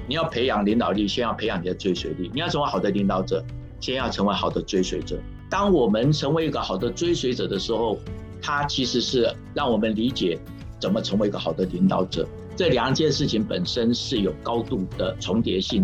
你要培养领导力，先要培养你的追随力。你要成为好的领导者，先要成为好的追随者。当我们成为一个好的追随者的时候，它其实是让我们理解怎么成为一个好的领导者。这两件事情本身是有高度的重叠性。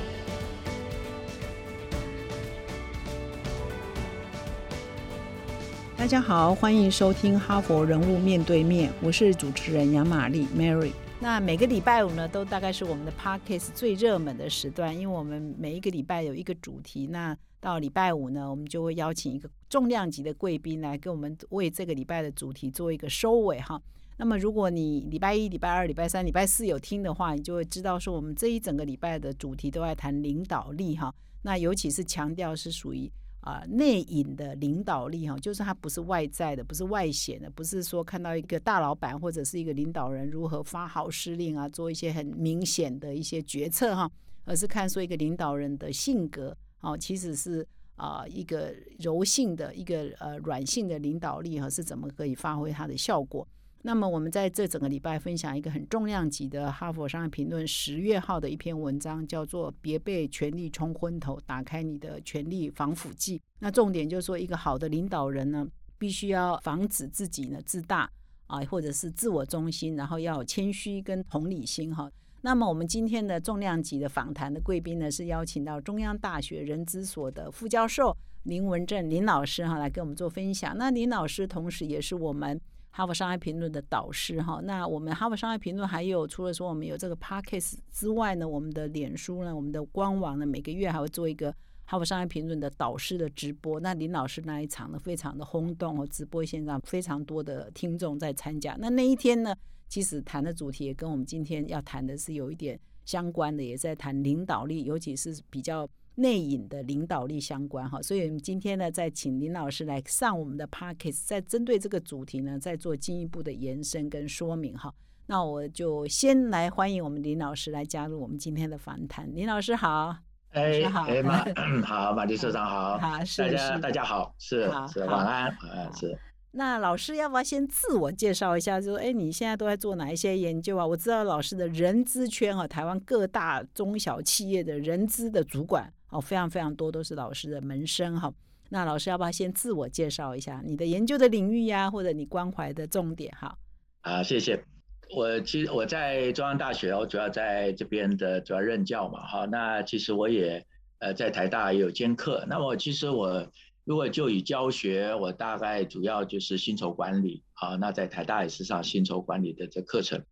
大家好，欢迎收听哈佛人物面对面，我是主持人杨玛丽 Mary。那每个礼拜五呢，都大概是我们的 Podcast 最热门的时段，因为我们每一个礼拜有一个主题。那到礼拜五呢，我们就会邀请一个重量级的贵宾来跟我们为这个礼拜的主题做一个收尾哈。那么如果你礼拜一、礼拜二、礼拜三、礼拜四有听的话，你就会知道说我们这一整个礼拜的主题都在谈领导力哈。那尤其是强调是属于内隐的领导力哈，就是它不是外在的，不是外显的，不是说看到一个大老板或者是一个领导人如何发号施令啊，做一些很明显的一些决策哈，而是看说一个领导人的性格其实是一个柔性的一个软性的领导力是怎么可以发挥它的效果。那么我们在这整个礼拜分享一个很重量级的哈佛商业评论10月号的一篇文章，叫做别被权力冲昏头，打开你的权力防腐剂。那重点就是说一个好的领导人呢，必须要防止自己呢自大或者是自我中心，然后要有谦虚跟同理心哈。那么我们今天的重量级的访谈的贵宾呢，是邀请到中央大学人资所的副教授林文正林老师来跟我们做分享。那林老师同时也是我们哈佛商业评论的导师哈。那我们哈佛商业评论还有除了说我们有这个 podcast 之外呢，我们的脸书呢，我们的官网呢，每个月还会做一个哈佛商业评论的导师的直播。那林老师那一场呢，非常的轰动直播线上非常多的听众在参加。那一天呢，其实谈的主题也跟我们今天要谈的是有一点相关的，也在谈领导力，尤其是比较内隐的领导力相关哈。所以我们今天呢，再请林老师来上我们的 Podcast， 再针对这个主题呢，再做进一步的延伸跟说明哈。那我就先来欢迎我们林老师来加入我们今天的访谈。林老师好。 好，马丽社长好，大家好，是晚安是。 那老师要不要先自我介绍一下，就说你现在都在做哪一些研究啊？我知道老师的人资圈台湾各大中小企业的人资的主管非常非常多，都是老师的门生哈。那老师要不要先自我介绍一下你的研究的领域呀，或者你关怀的重点哈？ 谢谢。其实我在中央大学，我主要在这边的主要任教嘛哈。那其实我也在台大也有兼课。那么其实我如果就以教学，我大概主要就是薪酬管理那在台大也是上薪酬管理的这课程。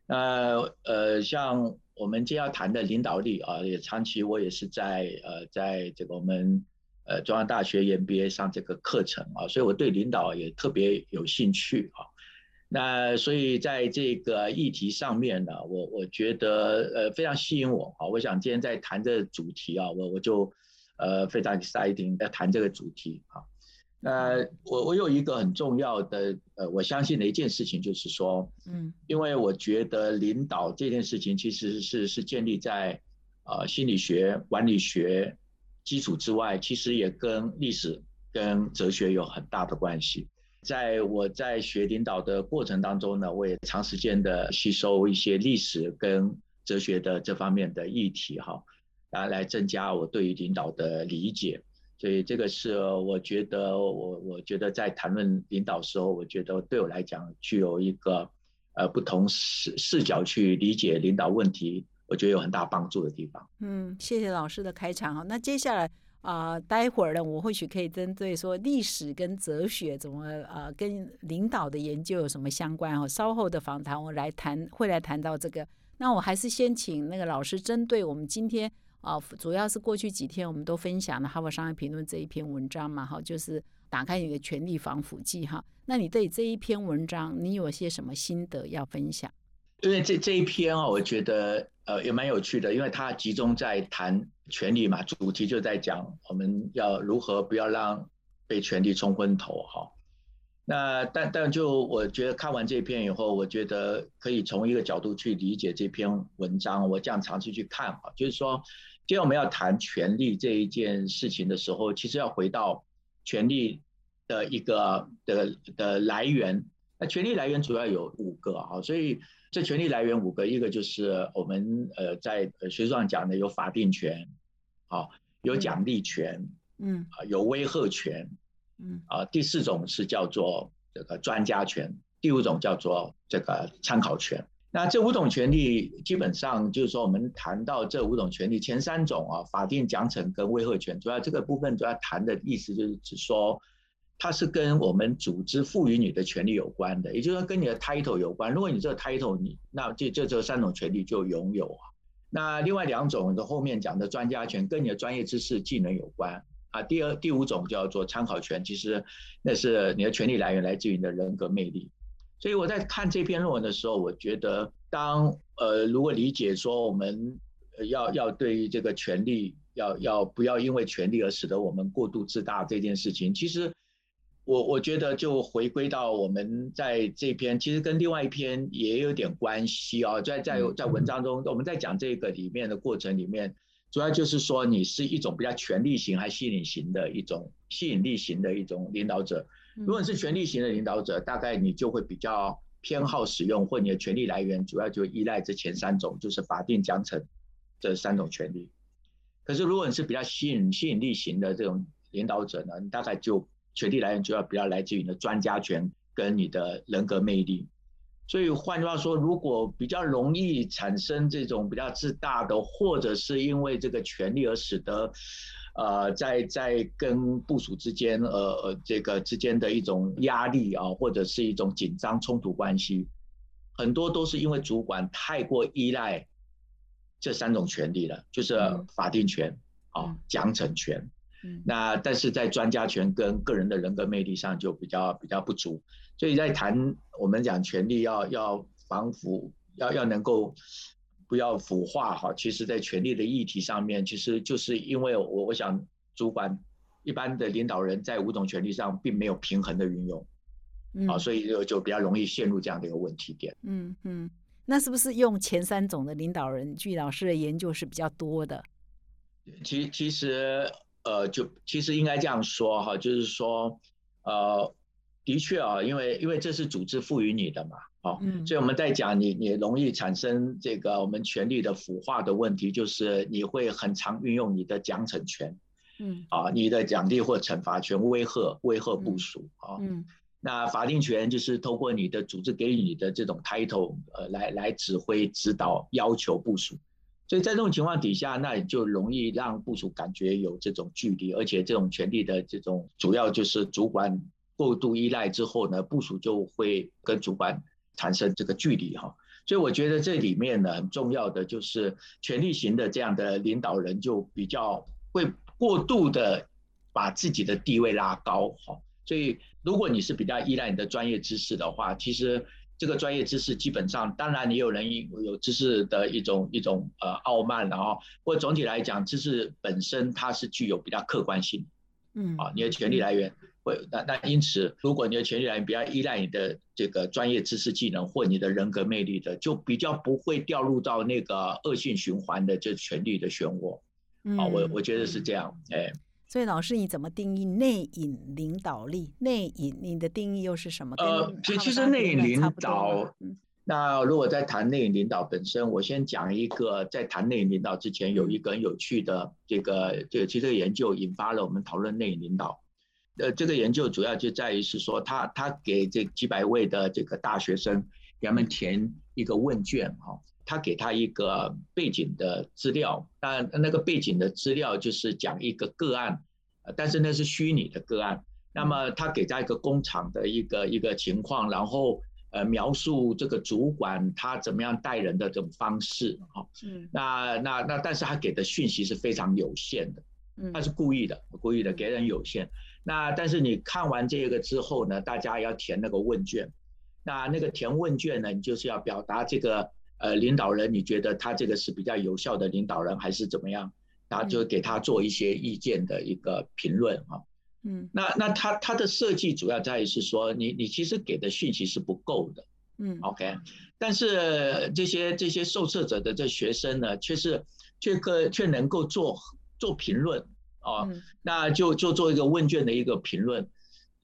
像我们今天要谈的领导力也长期我也是在这个我们中央大学 MBA 上这个课程所以我对领导也特别有兴趣那所以在这个议题上面呢，我觉得非常吸引我我想今天在谈这个主题我就非常 exciting 要谈这个主题那我有一个很重要的我相信的一件事情，就是说因为我觉得领导这件事情其实是建立在心理学管理学基础之外，其实也跟历史跟哲学有很大的关系。我在学领导的过程当中呢，我也长时间的吸收一些历史跟哲学的这方面的议题来增加我对于领导的理解。所以这个是我觉得在谈论领导的时候，我觉得对我来讲具有一个不同视角去理解领导问题，我觉得有很大帮助的地方。 谢谢老师的开场那接下来待会儿呢，我或许可以针对说历史跟哲学怎么跟领导的研究有什么相关稍后的访谈我会来谈到这个。那我还是先请那个老师针对我们今天主要是过去几天我们都分享了哈佛商业评论这一篇文章嘛就是打开你的权力防腐剂那你对这一篇文章你有些什么心得要分享？ 因为这一篇我觉得也蛮有趣的，因为它集中在谈权力嘛，主题就在讲我们要如何不要让被权力冲昏头那但就我觉得看完这篇以后，我觉得可以从一个角度去理解这篇文章。我这样长期去看就是说今天我们要谈权力这一件事情的时候，其实要回到权力的一个的来源。那权力来源主要有5个所以这权利来源5个，一个就是我们在学术上讲的有法定权，有奖励权，有威吓权，第4种是叫做这个专家权，第5种叫做这个参考权。那这5种权利基本上就是说，我们谈到这5种权利，前3种法定奖惩跟威吓权，主要这个部分主要谈的意思就是指说，它是跟我们组织赋予你的权利有关的，也就是说跟你的 title 有关。如果你这个 title 那这3种权利就拥有那另外2种的后面讲的专家权跟你的专业知识技能有关第5种叫做参考权，其实那是你的权利来源来自于你的人格魅力。所以我在看这篇论文的时候，我觉得如果理解说我们要对于这个权利要不要因为权利而使得我们过度自大这件事情，其实我觉得就回归到我们在这篇其实跟另外一篇也有点关系在文章中我们在讲这个里面的过程里面，主要就是说你是一种比较权力型还吸引力型的一种领导者。如果你是权力型的领导者，大概你就会比较偏好使用，或你的权力来源主要就依赖这前3种，就是法定奖惩这3种权利。可是如果你是比较吸引力型的这种领导者呢，你大概就权力来源主要比较来自于你的专家权跟你的人格魅力。所以换句话说，如果比较容易产生这种比较自大的，或者是因为这个权力而使得在跟部属之间这个之间的一种压力或者是一种紧张冲突关系，很多都是因为主管太过依赖这3种权利了，就是法定权奖惩权。那但是在专家权跟个人的人格魅力上就比较不足。所以在谈我们讲权利要防腐，要能够不要腐化其实在权力的议题上面，其实就是因为我想主管一般的领导人在5种权利上并没有平衡的运用所以就比较容易陷入这样的一个问题点。 那是不是用前3种的领导人，据老师的研究是比较多的？ 其实应该这样说就是说的确因为这是组织赋予你的嘛所以我们在讲你容易产生这个我们权力的腐化的问题，就是你会很常运用你的奖惩权你的奖励或惩罚权威吓部属那法定权就是透过你的组织给予你的这种 title 来指挥指导要求部属。所以在这种情况底下，那你就容易让部属感觉有这种距离，而且这种权力的这种主要就是主管过度依赖之后呢，部属就会跟主管产生这个距离所以我觉得这里面呢很重要的就是权力型的这样的领导人就比较会过度的把自己的地位拉高所以如果你是比较依赖你的专业知识的话，其实这个专业知识基本上，当然也有人有知识的一种傲慢或者总体来讲，知识本身它是具有比较客观性你的权力来源那因此，如果你的权力来源比较依赖你的这个专业知识技能或你的人格魅力的，就比较不会掉入到那个恶性循环的这权力的漩涡我觉得是这样所以老师你怎么定义内隐领导力？内隐你的定义又是什么？ 其实内隐领导那如果在谈内隐领导本身，我先讲一个，在谈内隐领导之前有一个很有趣的其实这个研究引发了我们讨论内隐领导这个研究主要就在于是说他给这几百位的这个大学生给他们填一个问卷他给他一个背景的资料，那个背景的资料就是讲一个个案但是那是虚拟的个案，那么他给他一个工厂的一个情况，然后描述这个主管他怎么样带人的这种方式那但是他给的讯息是非常有限的，他是故意的给人有限。那但是你看完这个之后呢，大家要填那个问卷，那个填问卷呢，你就是要表达这个领导人你觉得他这个是比较有效的领导人还是怎么样，然后就给他做一些意见的一个评论那他的设计主要在于是说你其实给的讯息是不够的OK， 但是这些受测者的这学生呢却能够做评论那就做一个问卷的一个评论，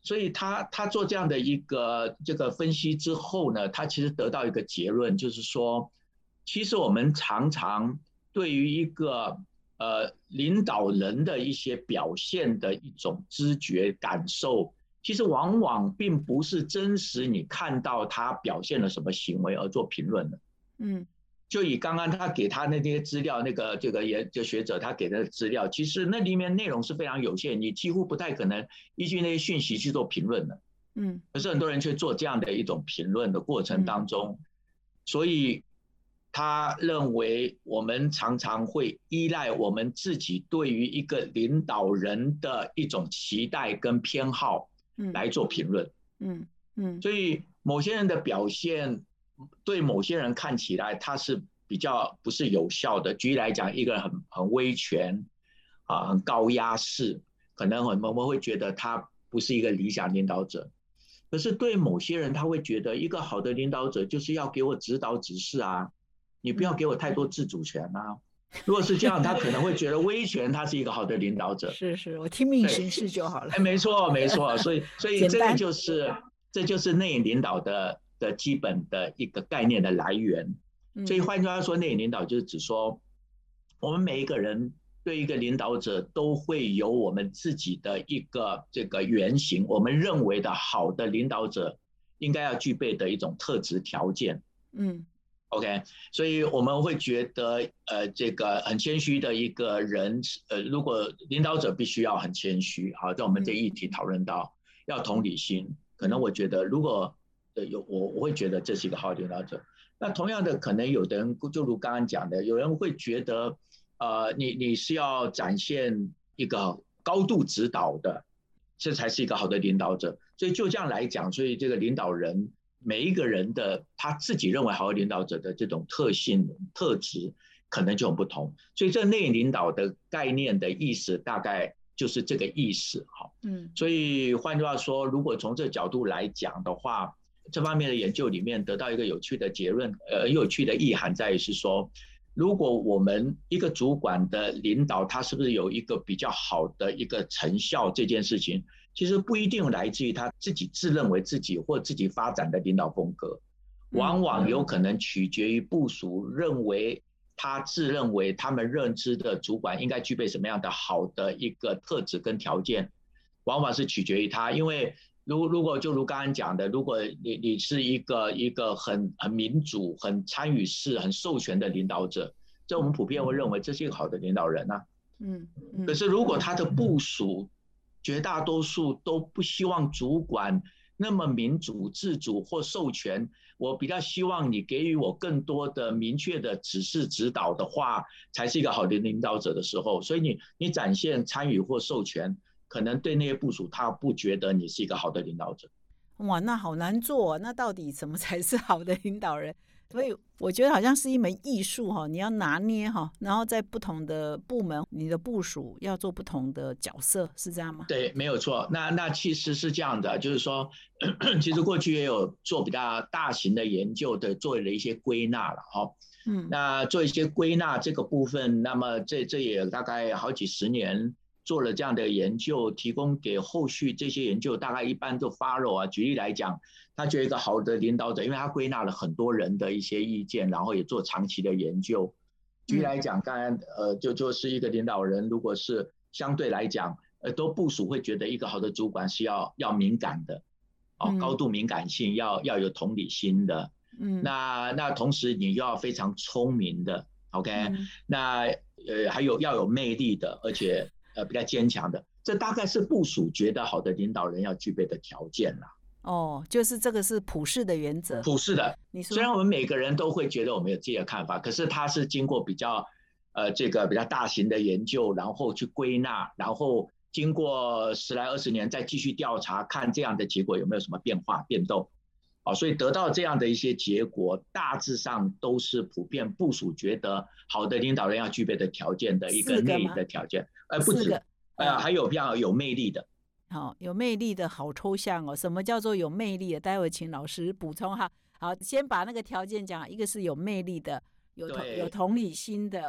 所以他做这样的一个这个分析之后呢，他其实得到一个结论，就是说，其实我们常常对于一个领导人的一些表现的一种知觉感受，其实往往并不是真实你看到他表现了什么行为而做评论的。就以刚刚他给他那些资料，那个这学者他给的资料，其实那里面内容是非常有限，你几乎不太可能依据那些讯息去做评论的。可是很多人却做这样的一种评论的过程当中，所以他认为我们常常会依赖我们自己对于一个领导人的一种期待跟偏好来做评论。所以某些人的表现对某些人看起来他是比较不是有效的。举例来讲，一个人很威权很高压式，可能我们会觉得他不是一个理想领导者。可是对某些人他会觉得一个好的领导者就是要给我指导指示啊，你不要给我太多自主权啊。如果是这样，他可能会觉得威权他是一个好的领导者。 是我听命行事就好了。 没错，所以这就是内隐领导的基本的一个概念的来源。所以换句话说，内隐领导就是指说，我们每一个人对一个领导者都会有我们自己的一个这个原型，我们认为的好的领导者应该要具备的一种特质条件。OK， 所以我们会觉得这个很谦虚的一个人，如果领导者必须要很谦虚，好，在我们这议题讨论到要同理心，可能我觉得如果我会觉得这是一个好领导者。那同样的，可能有的人就如刚刚讲的，有人会觉得你是要展现一个高度指导的，这才是一个好的领导者。所以就这样来讲，所以这个领导人每一个人的他自己认为好的领导者的这种特性特质可能就很不同。所以这内隐领导的概念的意思大概就是这个意思。所以换句话说，如果从这个角度来讲的话，这方面的研究里面得到一个有趣的结论，有趣的意涵在于是说，如果我们一个主管的领导他是不是有一个比较好的一个成效，这件事情其实不一定来自于他自己自认为自己或自己发展的领导风格，往往有可能取决于部属认为他自认为他们认知的主管应该具备什么样的好的一个特质跟条件，往往是取决于他。因为如果就如刚刚讲的，如果你是一个很民主、很参与式、很授权的领导者，这我们普遍会认为这是一个好的领导人啊。可是如果他的部属绝大多数都不希望主管那么民主、自主或授权，我比较希望你给予我更多的明确的指示指导的话，才是一个好的领导者的时候，所以你展现参与或授权，可能对那些部属他不觉得你是一个好的领导者。 哇，那好难做，那到底什么才是好的领导人？所以我觉得好像是一门艺术你要拿捏然后在不同的部门，你的部属要做不同的角色，是这样吗？ 对，没有错。那其实是这样的，就是说，其实过去也有做比较大型的研究的，做了一些归纳了那做一些归纳这个部分，那么这也大概好几十年做了这样的研究，提供给后续这些研究大概一般都 follow 举例来讲，他觉得一个好的领导者，因为他归纳了很多人的一些意见，然后也做长期的研究。举例来讲，刚才就是一个领导人，如果是相对来讲，都部属会觉得一个好的主管是要敏感的，高度敏感性，要有同理心的。那同时你要非常聪明的 ，OK，那还有要有魅力的，而且比较坚强的，这大概是部属觉得好的领导人要具备的条件啦。 就是这个是普世的原则。 普世的，虽然我们每个人都会觉得我们有自己的看法，可是它是经过比较这个比较大型的研究，然后去归纳，然后经过10来20年再继续调查，看这样的结果有没有什么变化变动。所以得到这样的一些结果，大致上都是普遍部属觉得好的领导人要具备的条件的一个内隐的条件。不止，还有比较有魅力的。 有魅力的好抽象什么叫做有魅力的？待会请老师补充哈。好，先把那个条件讲，一个是有魅力的，有同理心的，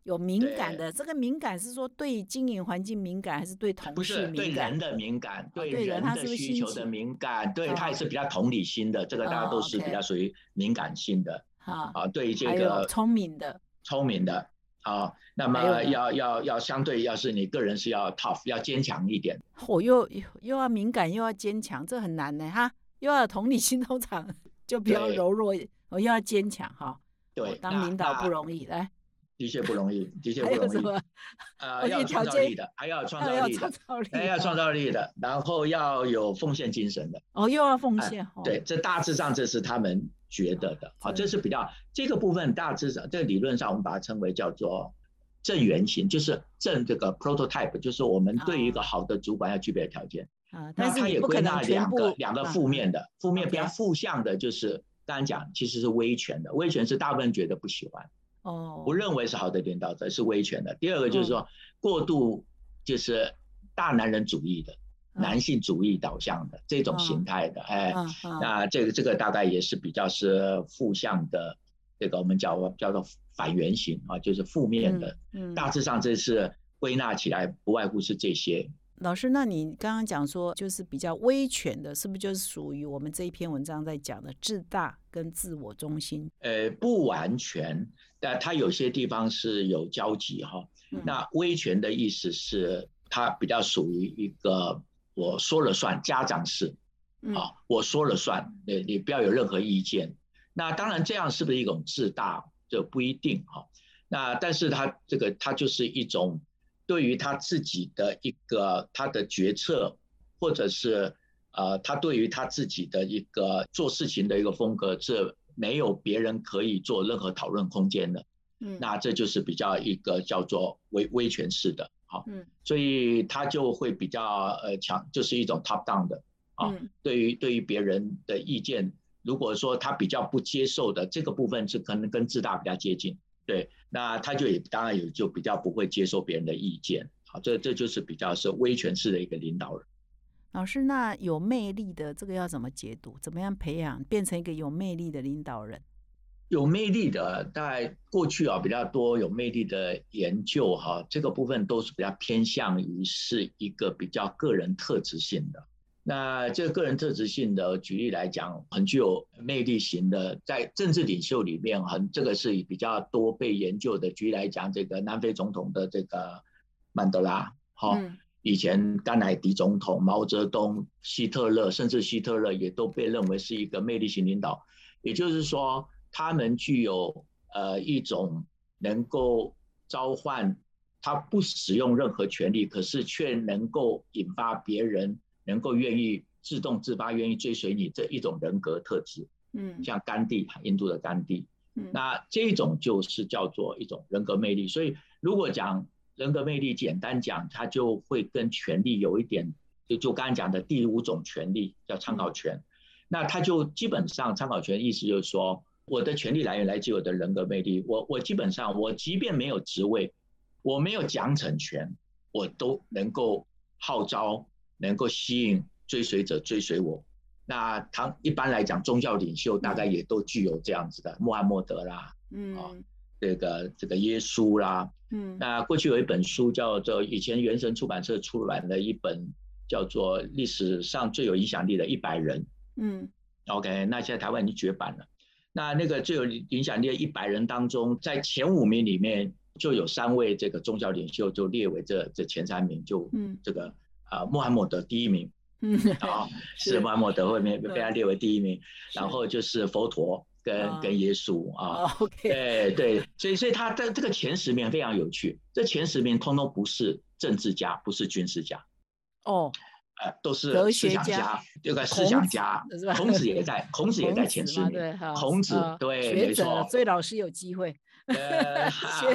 有敏感的，这个敏感是说对经营环境敏感，还是对同不是对事敏感？ 人的敏感，对对人人的他是不是需求的心情？ 敏感，对他也是比较同理心的，这个大家都是比较 OK， 属于敏感性的好， 对这还有个聪明的， 聪明的那么还有呢？ 要相对，要是你个人是要 tough 要坚强一点。 我又要敏感又要坚强，这很难呢哈，又要有同理心，通常就比较对柔弱，我又要坚强哈。我对， 当领导不容易，来， 的确不容易，的确还不容易。 有什么？我要有这条件创造力的，还要有创造要力的， 创造力要创造力的，然后要有奉献精神的。 哦，又要奉献哦。 对，这大致上这是他们觉得的。这是比较这个部分大致上，这个理论上我们把它称为叫做正原型，就是正这个 prototype， 就是我们对于一个好的主管要具备的条件。 但是那它也归纳两个负面的，负面比较负向的，就是刚才讲其实是威权的，威权是大部分觉得不喜欢，不认为是好的领导者，是威权的。第二个就是说过度就是大男人主义的。男性主义导向的这种形态的，那这个大概也是比较是负向的，这个我们叫做反原型就是负面的。大致上这是归纳起来不外乎是这些。 老师，那你刚刚讲说就是比较威权的，是不是就是属于我们这一篇文章在讲的自大跟自我中心？ 不完全，但它有些地方是有交集那威权的意思是它比较属于一个我说了算，家长式我说了算，你不要有任何意见。那当然这样是不是一种自大，这不一定那但是他就是一种对于他自己的一个他的决策，或者是他对于他自己的一个做事情的一个风格是没有别人可以做任何讨论空间的。那这就是比较一个叫做威权式的。所以他就会比较强，就是一种 top down 的对于别人的意见，如果说他比较不接受的这个部分是可能跟自大比较接近，对，那他就也当然也就比较不会接受别人的意见。这就是比较是威权式的一个领导人。 老师，那有魅力的这个要怎么解读？怎么样培养变成一个有魅力的领导人？ 有魅力的，大概过去比较多有魅力的研究这个部分都是比较偏向于是一个比较个人特质性的。那这个个人特质性的，举例来讲，很具有魅力型的，在政治领袖里面这个是比较多被研究的。举例来讲，这个南非总统的这个曼德拉以前甘乃迪总统、毛泽东、希特勒，甚至希特勒也都被认为是一个魅力型领导。也就是说他们具有一种能够召唤，他不使用任何权力，可是却能够引发别人能够愿意自动自发愿意追随你这一种人格特质。像甘地，印度的甘地，那这种就是叫做一种人格魅力。所以如果讲人格魅力，简单讲，它就会跟权力有一点，就刚才讲的第5种权力叫参考权。那它就基本上参考权意思就是说，我的权力来源来自我的人格魅力。我基本上我即便没有职位，我没有奖惩权，我都能够号召，能够吸引追随者追随我。那一般来讲，宗教领袖大概也都具有这样子的，穆罕默德啦，这个耶稣啦，那过去有一本书叫做以前原神出版社出版的一本叫做历史上最有影响力的100人。OK， 那现在台湾已经绝版了。那个最有影响力的100人当中，在前5名里面就有3位这个宗教领袖就列为这前3名，就这个穆罕默德第1名，是穆罕默德会被他列为第1名，然后就是佛陀跟耶稣对，所以他的这个前10名非常有趣，这前10名通通不是政治家，不是军事家都是思想家，这个思想家，孔子也在前10名，孔子对，没错， 所以老师有机会。学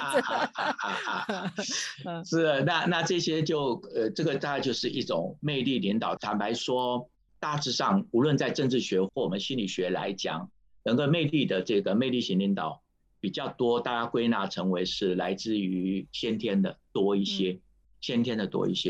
者是那这些就这个大概就是一种魅力领导。坦白说，大致上无论在政治学或我们心理学来讲，人格魅力的这个魅力型领导比较多，大家归纳成为是来自于先天的多一些，先天的多一些。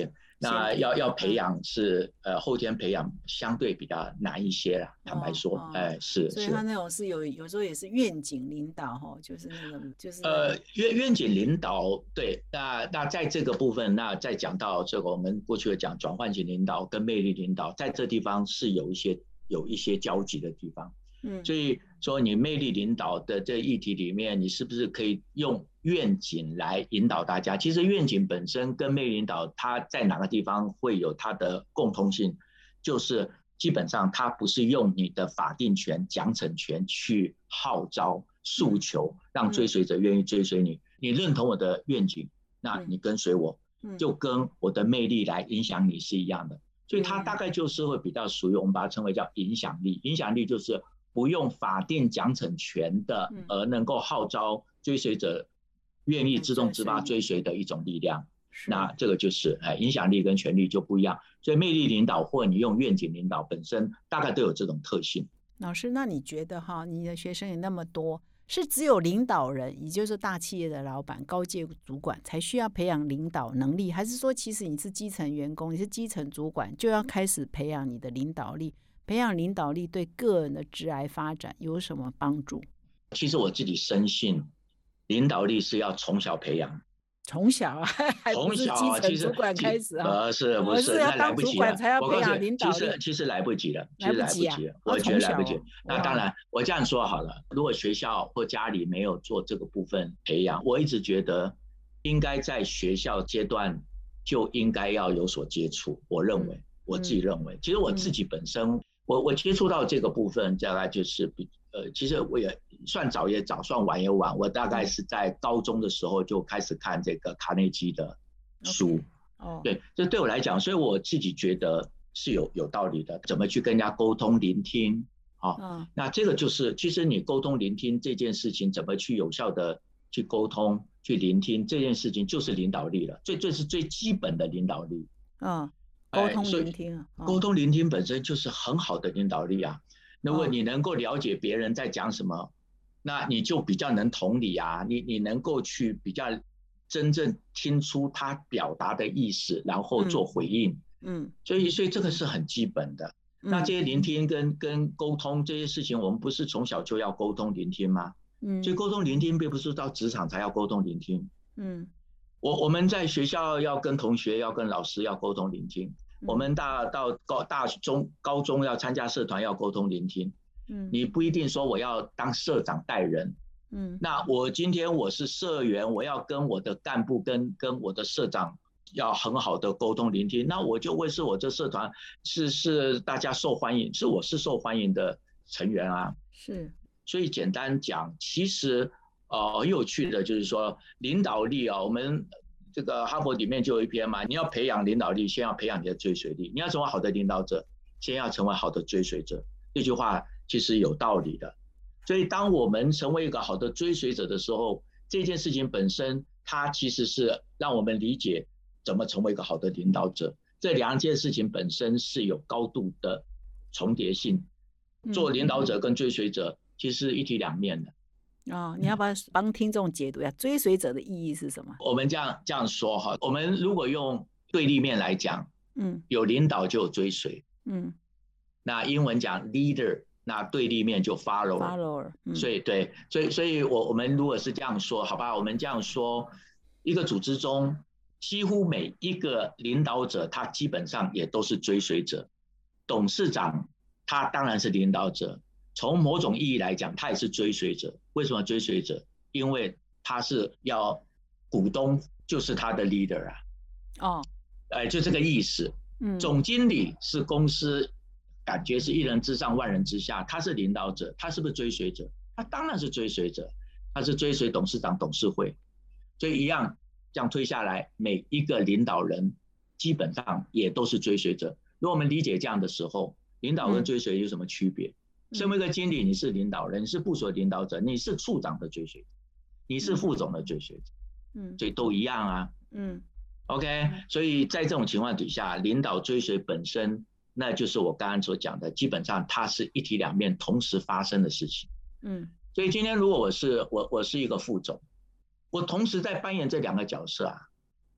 那要培养是后天培养相对比较难一些啦，坦白说，是。 所以他那种是有时候也是愿景领导就是那种就是愿景领导，对。那在这个部分，那再讲到这个我们过去的讲转换型领导跟魅力领导，在这地方是有一些交集的地方。所以说你魅力领导的这议题里面，你是不是可以用愿景来引导大家？其实愿景本身跟魅力领导它在哪个地方会有它的共通性，就是基本上它不是用你的法定权奖惩权去号召诉求让追随者愿意追随你，你认同我的愿景，那你跟随我，就跟我的魅力来影响你是一样的。所以它大概就是会比较属于我们把它称为叫影响力。影响力就是不用法定奖惩权的而能够号召追随者愿意自动自发追随的一种力量。那这个就是影响力跟权力就不一样。所以魅力领导或你用愿景领导本身大概都有这种特性。 老师，那你觉得你的学生也那么多，是只有领导人，也就是大企业的老板高阶主管才需要培养领导能力，还是说其实你是基层员工，你是基层主管就要开始培养你的领导力？培养领导力对个人的职涯发展有什么帮助？ 其实我自己深信领导力是要从小培养。 从小还不是基层主管开始不是要当主管才要培养领导力。 其实来不及了， 我觉得来不及。那当然我这样说好了，如果学校或家里没有做这个部分培养，我一直觉得应该在学校阶段就应该要有所接触。我自己认为，其实我自己本身我接触到这个部分大概就是其实我也算早也早，算晚也晚。我大概是在高中的时候就开始看这个卡内基的书。对，这对我来讲，所以我自己觉得是有道理的。怎么去跟人家沟通聆听那这个就是其实你沟通聆听这件事情，怎么去有效的去沟通去聆听这件事情，就是领导力了。这是最基本的领导力。 沟通聆听沟通聆听本身就是很好的领导力啊。如果你能够了解别人在讲什么，那你就比较能同理啊，你能够去比较真正听出他表达的意思，然后做回应。所以这个是很基本的。那这些聆听跟沟通这些事情，我们不是从小就要沟通聆听吗？所以沟通聆听并不是到职场才要沟通聆听。我们在学校要跟同学要跟老师要沟通聆听，我们到高中要参加社团要沟通聆听。你不一定说我要当社长带人。那我今天我是社员，我要跟我的干部跟我的社长要很好的沟通聆听，那我就会是我这社团是大家受欢迎，我是受欢迎的成员啊。所以简单讲，其实很有趣的就是说领导力我们这个哈佛里面就有一篇嘛，你要培养领导力，先要培养你的追随力。你要成为好的领导者，先要成为好的追随者。这句话其实有道理的。所以当我们成为一个好的追随者的时候，这件事情本身它其实是让我们理解怎么成为一个好的领导者。这两件事情本身是有高度的重叠性。做领导者跟追随者其实是一体两面的。 你要帮听众解读一下追随者的意义是什么？ 我们这样说哈，我们如果用对立面来讲，有领导就有追随。那英文讲 leader， 那对立面就 follower。所以我们如果是这样说，好吧，我们这样说，一个组织中几乎每一个领导者他基本上也都是追随者。董事长他当然是领导者，从某种意义来讲他也是追随者。为什么追随者？因为他是要股东就是他的 leader 就这个意思。总经理是公司感觉是一人之上万人之下，他是领导者，他是不是追随者？他当然是追随者，他是追随董事长董事会。所以一样这样推下来，每一个领导人基本上也都是追随者。如果我们理解这样的时候，领导跟追随有什么区别？身为一个经理，你是领导人，你是部属的领导者，你是处长的追随者，你是副总的追随者，所以都一样啊。OK， 所以在这种情况底下，领导追随本身，那就是我刚刚所讲的，基本上它是一体两面同时发生的事情。所以今天如果我是一个副总，我同时在扮演这两个角色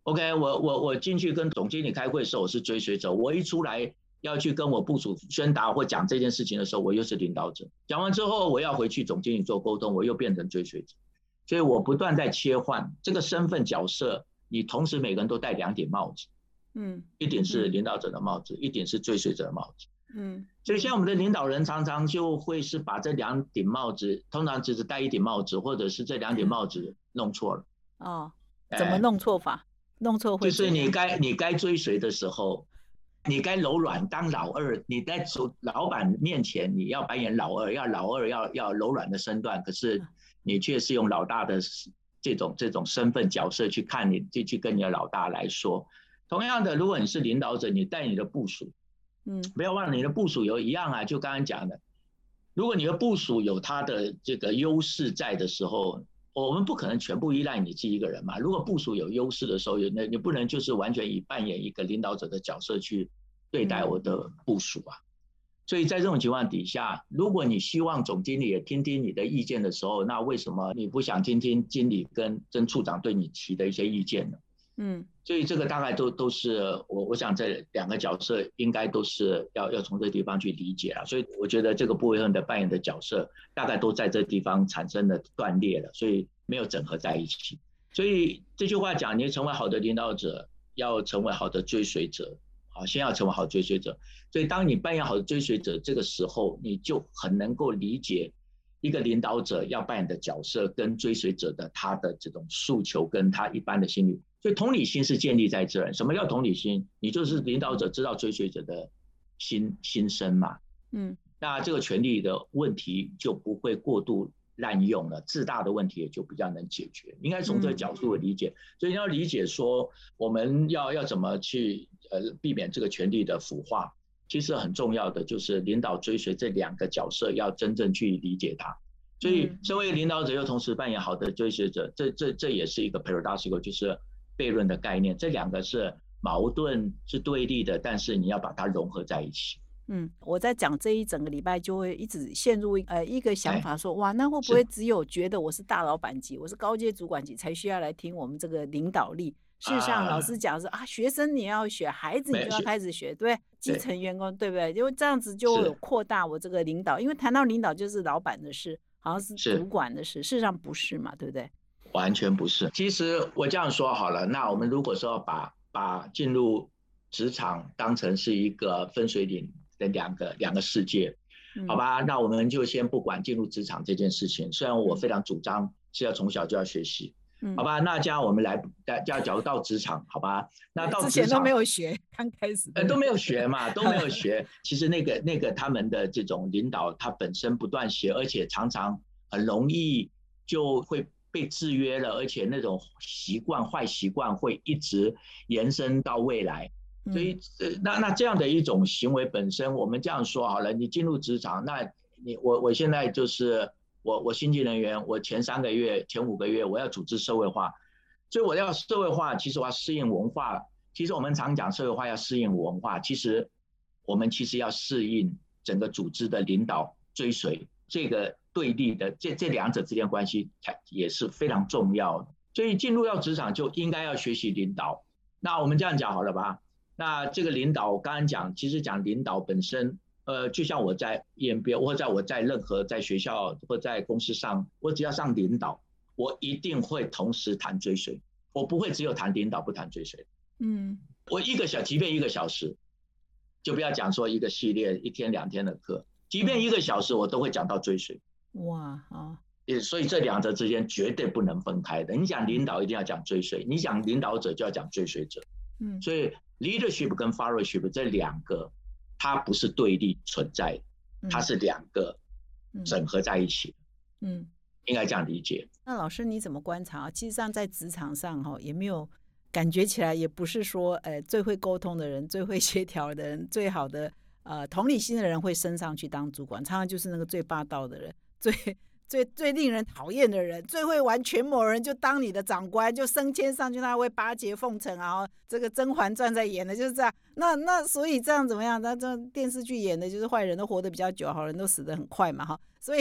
OK，我进去跟总经理开会的时候，我是追随者。我一出来要去跟我部属宣达或讲这件事情的时候，我又是领导者。讲完之后，我要回去总经理做沟通，我又变成追随者。所以我不断在切换这个身份角色，你同时每个人都戴2顶帽子，一顶是领导者的帽子，一顶是追随者的帽子。所以像我们的领导人常常就会是把这2顶帽子，通常只是戴1顶帽子，或者是这2顶帽子弄错了。 怎么弄错法？弄错会就是你该追随的时候，你该柔软当老二，你在老板面前你要扮演老二，要柔软的身段，可是你却是用老大的这种身份角色去看你，去跟你的老大来说。同样的，如果你是领导者，你带你的部属，不要忘了你的部属有一样啊，就刚刚讲的，如果你的部属有他的这个优势在的时候，我们不可能全部依赖你自己一个人嘛。如果部属有优势的时候，你不能就是完全以扮演一个领导者的角色去对待我的部属啊。所以在这种情况底下，如果你希望总经理也听听你的意见的时候，那为什么你不想听听经理跟处长对你提的一些意见呢？所以这个大概都是我想这2个角色应该都是要从这个地方去理解了。所以我觉得这个部分的扮演的角色大概都在这个地方产生了断裂了，所以没有整合在一起。所以这句话讲，你成为好的领导者，要成为好的追随者，先要成为好追随者。所以当你扮演好的追随者，这个时候你就很能够理解一个领导者要扮演的角色跟追随者的他的这种诉求跟他一般的心理。所以同理心是建立在这。什么叫同理心？你就是领导者知道追随者的心声嘛。那这个权力的问题就不会过度滥用了，自大的问题也就比较能解决。应该从这个角度理解。所以要理解说我们要怎么去避免这个权力的腐化，其实很重要的就是领导追随这2个角色要真正去理解它。所以身为领导者又同时扮演好的追随者，这也是一个 paradoxical， 就是悖论的概念。这2个是矛盾是对立的，但是你要把它融合在一起。 我在讲这一整个礼拜就会一直陷入一个想法说，哇，那会不会只有觉得我是大老板级，我是高阶主管级才需要来听我们这个领导力？事实上老师讲说学生你要学，孩子你就要开始学，对，基层员工对不对？因为这样子就有扩大我这个领导，因为谈到领导就是老板的事，好像是主管的事，事实上不是嘛，对不对？ 完全不是。其实我这样说好了，那我们如果说把进入职场当成是一个分水岭的两个世界，好吧？那我们就先不管进入职场这件事情，虽然我非常主张是要从小就要学习，好吧？那这样我们来，假如到职场，好吧？那到职场之前都没有学，刚开始都没有学嘛，都没有学。其实那个他们的这种领导，他本身不断学，而且常常很容易就会被制约了，而且那种坏习惯会一直延伸到未来。所以那这样的一种行为本身，我们这样说好了，你进入职场，那我现在就是我新进人员，我前3个月前5个月我要组织社会化，所以我要社会化，其实我要适应文化。其实我们常讲社会化要适应文化，其实我们要适应整个组织的领导追随这个对立的这2者之间关系也是非常重要的。所以进入到职场就应该要学习领导。那我们这样讲好了吧？那这个领导，我刚刚讲，其实讲领导本身，就像我在 EMBA 或者我在任何在学校或在公司上，我只要上领导，我一定会同时谈追随，我不会只有谈领导不谈追随。我即便1个小时，就不要讲说一个系列1天2天的课，即便1个小时，我都会讲到追随。 哇所以这2者之间绝对不能分开的。你讲领导一定要讲追随，你讲领导者就要讲追随者。所以 leadership 跟 followership 这2个，它不是对立存在的，它是2个整合在一起。应该这样理解。 那老师你怎么观察？其实上在职场上也没有感觉起来，也不是说最会沟通的人、最会协调的人、最好的同理心的人会升上去当主管，常常就是那个最霸道的人、最令人讨厌的人，最会玩权谋的人就当你的长官，就升迁上去，他会巴结奉承啊。这个《甄嬛传》在演的就是这样。那所以这样怎么样？那这电视剧演的就是坏人都活得比较久，好人都死得很快嘛哈。所以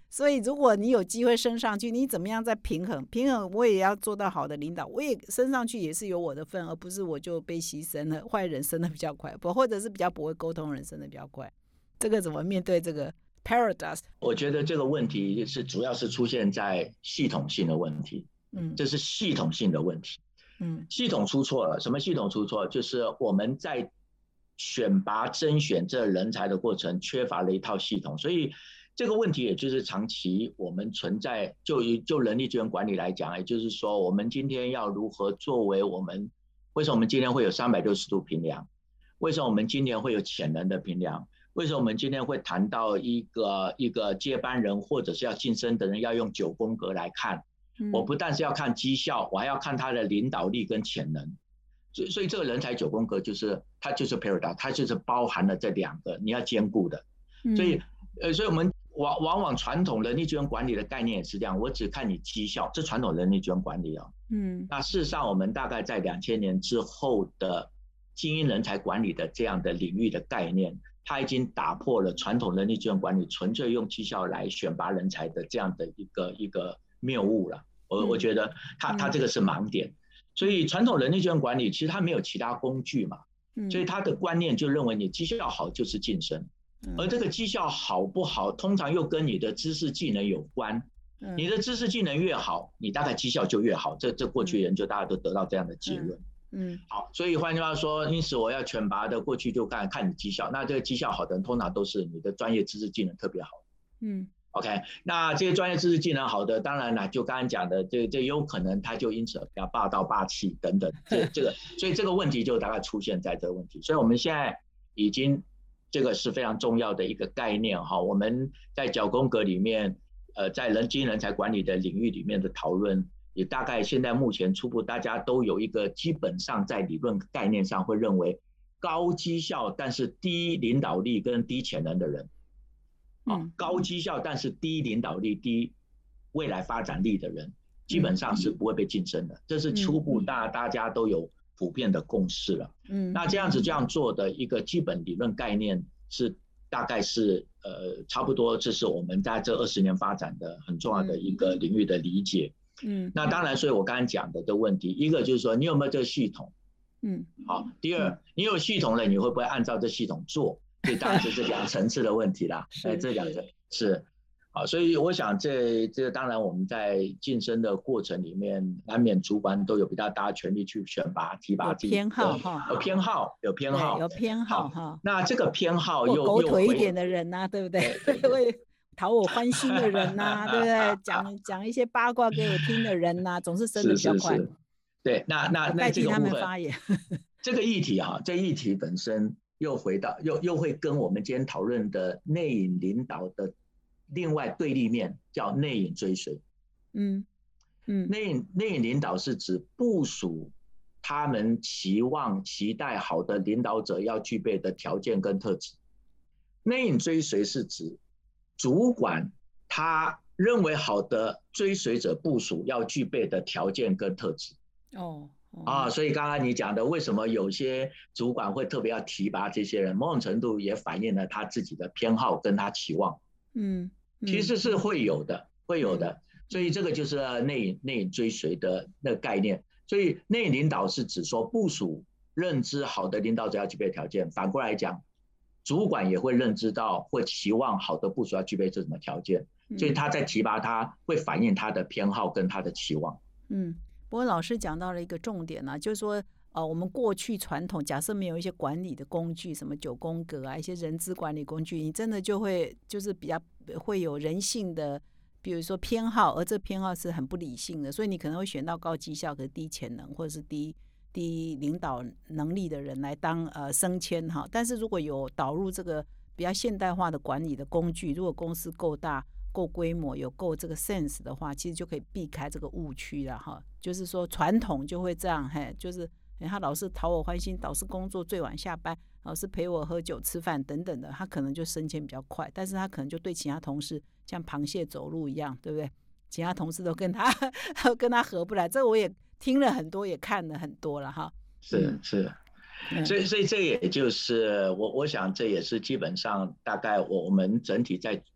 所以如果你有机会升上去，你怎么样再平衡？平衡我也要做到好的领导，我也升上去也是有我的份，而不是我就被牺牲了。坏人升的比较快，或者是比较不会沟通人升的比较快。这个怎么面对这个 paradox？ 我觉得这个问题主要是出现在系统性的问题，这是系统性的问题。系统出错了。什么系统出错？就是我们在选拔甄选这人才的过程缺乏了一套系统，所以这个问题也就是长期我们存在，就人力资源管理来讲，也就是说我们今天要如何作为为什么我们今天会有360度评量？为什么我们今年会有潜能的评量？为什么我们今天会谈到一个接班人或者是要晋升的人要用9宫格来看？我不但是要看绩效，我还要看他的领导力跟潜能。所以这个人才9宫格它就是 paradox， 它就是包含了这2个你要兼顾的。所以我们往往传统人力资源管理的概念也是这样，我只看你绩效，这传统人力资源管理啊。那事实上我们大概在2000年之后的精英人才管理的这样的领域的概念，它已经打破了传统人力资源管理纯粹用绩效来选拔人才的这样的一个谬误了。我觉得它这个是盲点。所以传统人力资源管理其实它没有其他工具嘛，所以它的观念就认为你绩效好就是晋升，而这个绩效好不好通常又跟你的知识技能有关，你的知识技能越好，你大概绩效就越好，这过去研究大家都得到这样的结论。好，所以换句话说，因此我要选拔的过去就看你绩效，那这个绩效好的人通常都是你的专业知识技能特别好。OK， 那这些专业知识技能好的，当然了，就刚刚讲的，这有可能他就因此比较霸道霸气等等，所以这个问题就大概出现在这个问题。所以我们现在已经这个是非常重要的一个概念哈。我们在9宫格里面，在精英人才管理的领域里面的讨论，也大概现在目前初步大家都有一个基本上在理论概念上会认为，高绩效但是低领导力跟低潜能的人。高绩效但是低领导力、低未来发展力的人，基本上是不会被晋升的。这是初步大家都有普遍的共识了。那这样做的一个基本理论概念是大概是差不多，这是我们在这20年发展的很重要的一个领域的理解。那当然，所以我刚才讲的问题，一个就是说你有没有这个系统。好，第二，你有系统了，你会不会按照这系统做？所以当然是这2层次的问题啦。这2层是好，所以我想这当然我们在晋升的过程里面，难免主管都有比较大的权力去选拔提拔自己偏好哈， 有偏好哈。 那这个偏好又狗腿一点的人呐，对不对？会讨我欢心的人呐，对不对？讲一些八卦给我听的人呐，总是升得比较快。 对，那代替他们发言。 这个议题哈，这议题本身又会跟我们今天讨论的内隐领导的另外对立面叫内隐追随。内隐领导是指部属他们期待好的领导者要具备的条件跟特质。内隐追随是指主管他认为好的追随者部属要具备的条件跟特质。所以刚刚你讲的为什么有些主管会特别要提拔这些人，某种程度也反映了他自己的偏好跟他期望。其实是会有的。所以这个就是内隐追随的那个概念。所以内隐领导是指说部属认知好的领导者要具备条件，反过来讲，主管也会认知到会期望好的部属要具备这什么条件，所以他在提拔他会反映他的偏好跟他的期望。 不过老师讲到了一个重点啊，就是说我们过去传统假设没有一些管理的工具，什么9宫格啊，一些人资管理工具，你真的就是比较会有人性的，比如说偏好，而这偏好是很不理性的，所以你可能会选到高绩效可是低潜能或者是低领导能力的人来当升迁哈。但是如果有导入这个比较现代化的管理的工具，如果公司够大够规模有够这个 sense 的话，其实就可以避开这个误区了哈。就是说传统就会这样，就是他老是讨我欢心，老是工作最晚下班，老是陪我喝酒吃饭等等的，他可能就升迁比较快，但是他可能就对其他同事像螃蟹走路一样，对不对？其他同事都跟他合不来，这个我也听了很多，也看了很多了哈。 是，所以这也就是我想这也是基本上大概我们整体在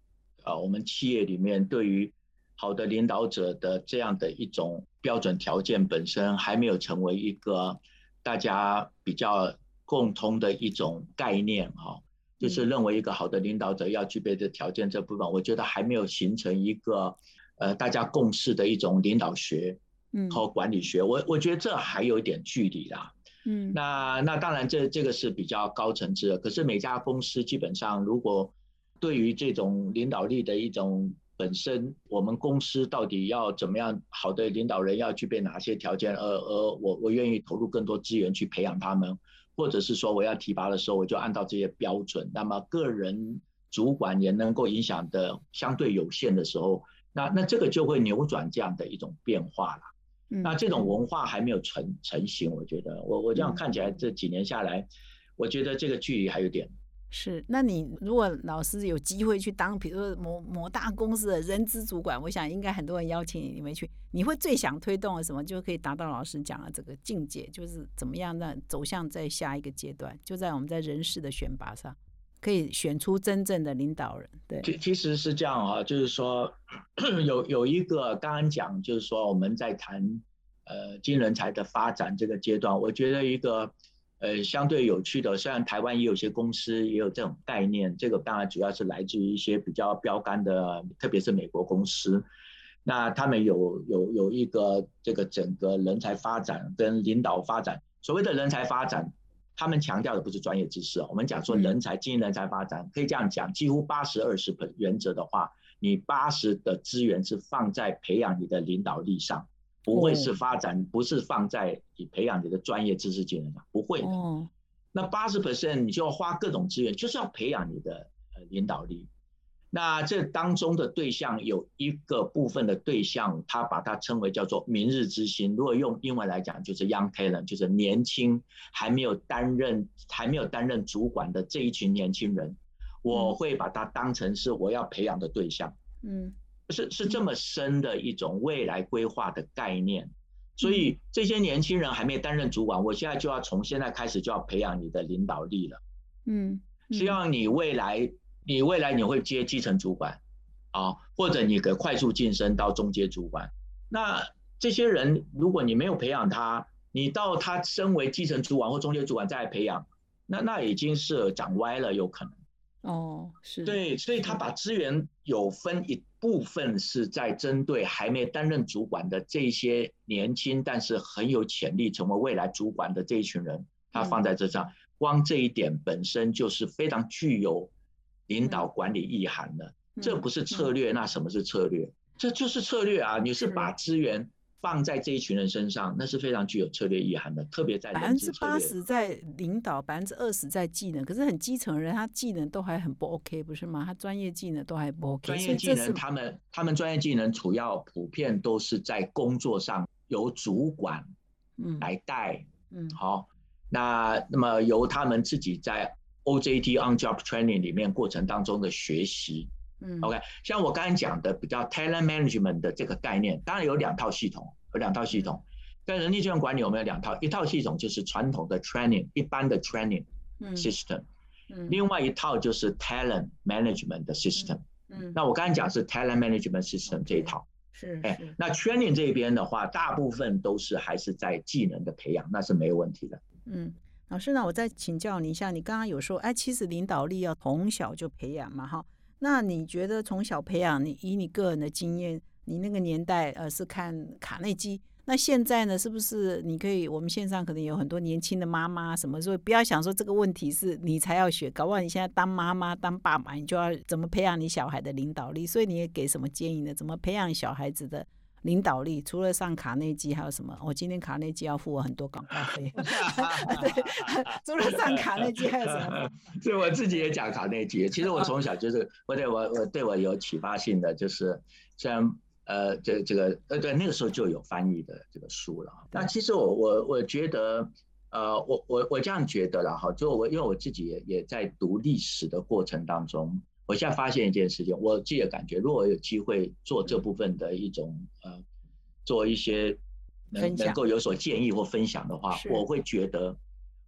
我们企业里面对于好的领导者的这样的一种标准条件本身还没有成为一个大家比较共通的一种概念就是认为一个好的领导者要具备的条件这部分，我觉得还没有形成一个大家共识的一种领导学和管理学，我觉得这还有一点距离啦。那当然这个是比较高层次的，可是每家公司基本上如果对于这种领导力的一种本身，我们公司到底要怎么样好的领导人要具备哪些条件，我愿意投入更多资源去培养他们，或者是说我要提拔的时候我就按照这些标准，那么个人主管也能够影响的相对有限的时候，那这个就会扭转这样的一种变化了。那这种文化还没有成型，我觉得我这样看起来这几年下来，我觉得这个距离还有点。 是，那你如果老师有机会去当比如说某大公司的人资主管，我想应该很多人邀请你们去，你会最想推动的什么就可以达到老师讲的这个境界，就是怎么样让走向在下一个阶段，就在我们在人事的选拔上可以选出真正的领导人。对， 其实是这样就是说有一个刚刚讲，就是说我们在谈精人才的发展这个阶段，我觉得一个相对有趣的，虽然台湾也有些公司也有这种概念，这个当然主要是来自于一些比较标杆的，特别是美国公司，那他们有一个这个整个人才发展跟领导发展，所谓的人才发展，他们强调的不是专业知识，我们讲说人才精英人才发展，可以这样讲，几乎80-20原则的话，你80的资源是放在培养你的领导力上，不会是发展，不是放在你培养你的专业知识技能上，不会的。那80% 你就要花各种资源，就是要培养你的领导力。那这当中的对象有一个部分的对象，他把它称为叫做明日之星。如果用英文来讲，就是 young talent， 就是年轻还没有担任主管的这一群年轻人，我会把它当成是我要培养的对象。是这么深的一种未来规划的概念，所以这些年轻人还没担任主管，我现在就要从现在开始就要培养你的领导力了。希望你未来你会接基层主管或者你可快速晋升到中阶主管。那这些人如果你没有培养他，你到他升为基层主管或中阶主管再来培养，那已经是长歪了，有可能。 是对，所以他把资源有分一部分是在针对还没担任主管的这些年轻但是很有潜力成为未来主管的这一群人，他放在这上，光这一点本身就是非常具有领导管理意涵的。这不是策略，那什么是策略？这就是策略啊！你是把资源放在这一群人身上，那是非常具有策略意涵的，特别在人资策略。 80%在领导，20%在技能，可是很基层的人，他技能都还很不 OK， 不是吗？他专业技能都还不 OK。 专业技能，他们专业技能主要普遍都是在工作上由主管来带，好，那么由他们自己在 OJT on job training 里面过程当中的学习。OK， 像我刚才讲的比较 talent management 的这个概念，当然有两套系统，在人力资源管理我们有两套，一套系统就是传统的 training， 一般的 training system，另外一套就是 talent management 的 system。那我刚才讲是 talent management system 这一套。那 training 这边的话，大部分都是还是在技能的培养，那是没有问题的。 老师呢，我再请教你一下，你刚刚有说，其实领导力要从小就培养嘛，哈。那你觉得从小培养，你以你个人的经验，你那个年代是看卡内基，那现在呢，是不是你可以，我们线上可能有很多年轻的妈妈什么，所以不要想说这个问题是你才要学，搞不好你现在当妈妈当爸爸，你就要怎么培养你小孩的领导力，所以你也给什么建议呢？怎么培养小孩子的领导力？除了上卡内基还有什么？今天卡内基要付我很多广告费。对，除了上卡内基还有什么？ 所以我自己也讲卡内基。其实我从小就是对我有启发性的，就是虽然对那个时候就有翻译的这个书了。那其实我觉得我这样觉得了哈，就因为我自己也在读历史的过程当中。我现在发现一件事情，我自己的感觉，如果有机会做这部分的一种做一些能够有所建议或分享的话，我会觉得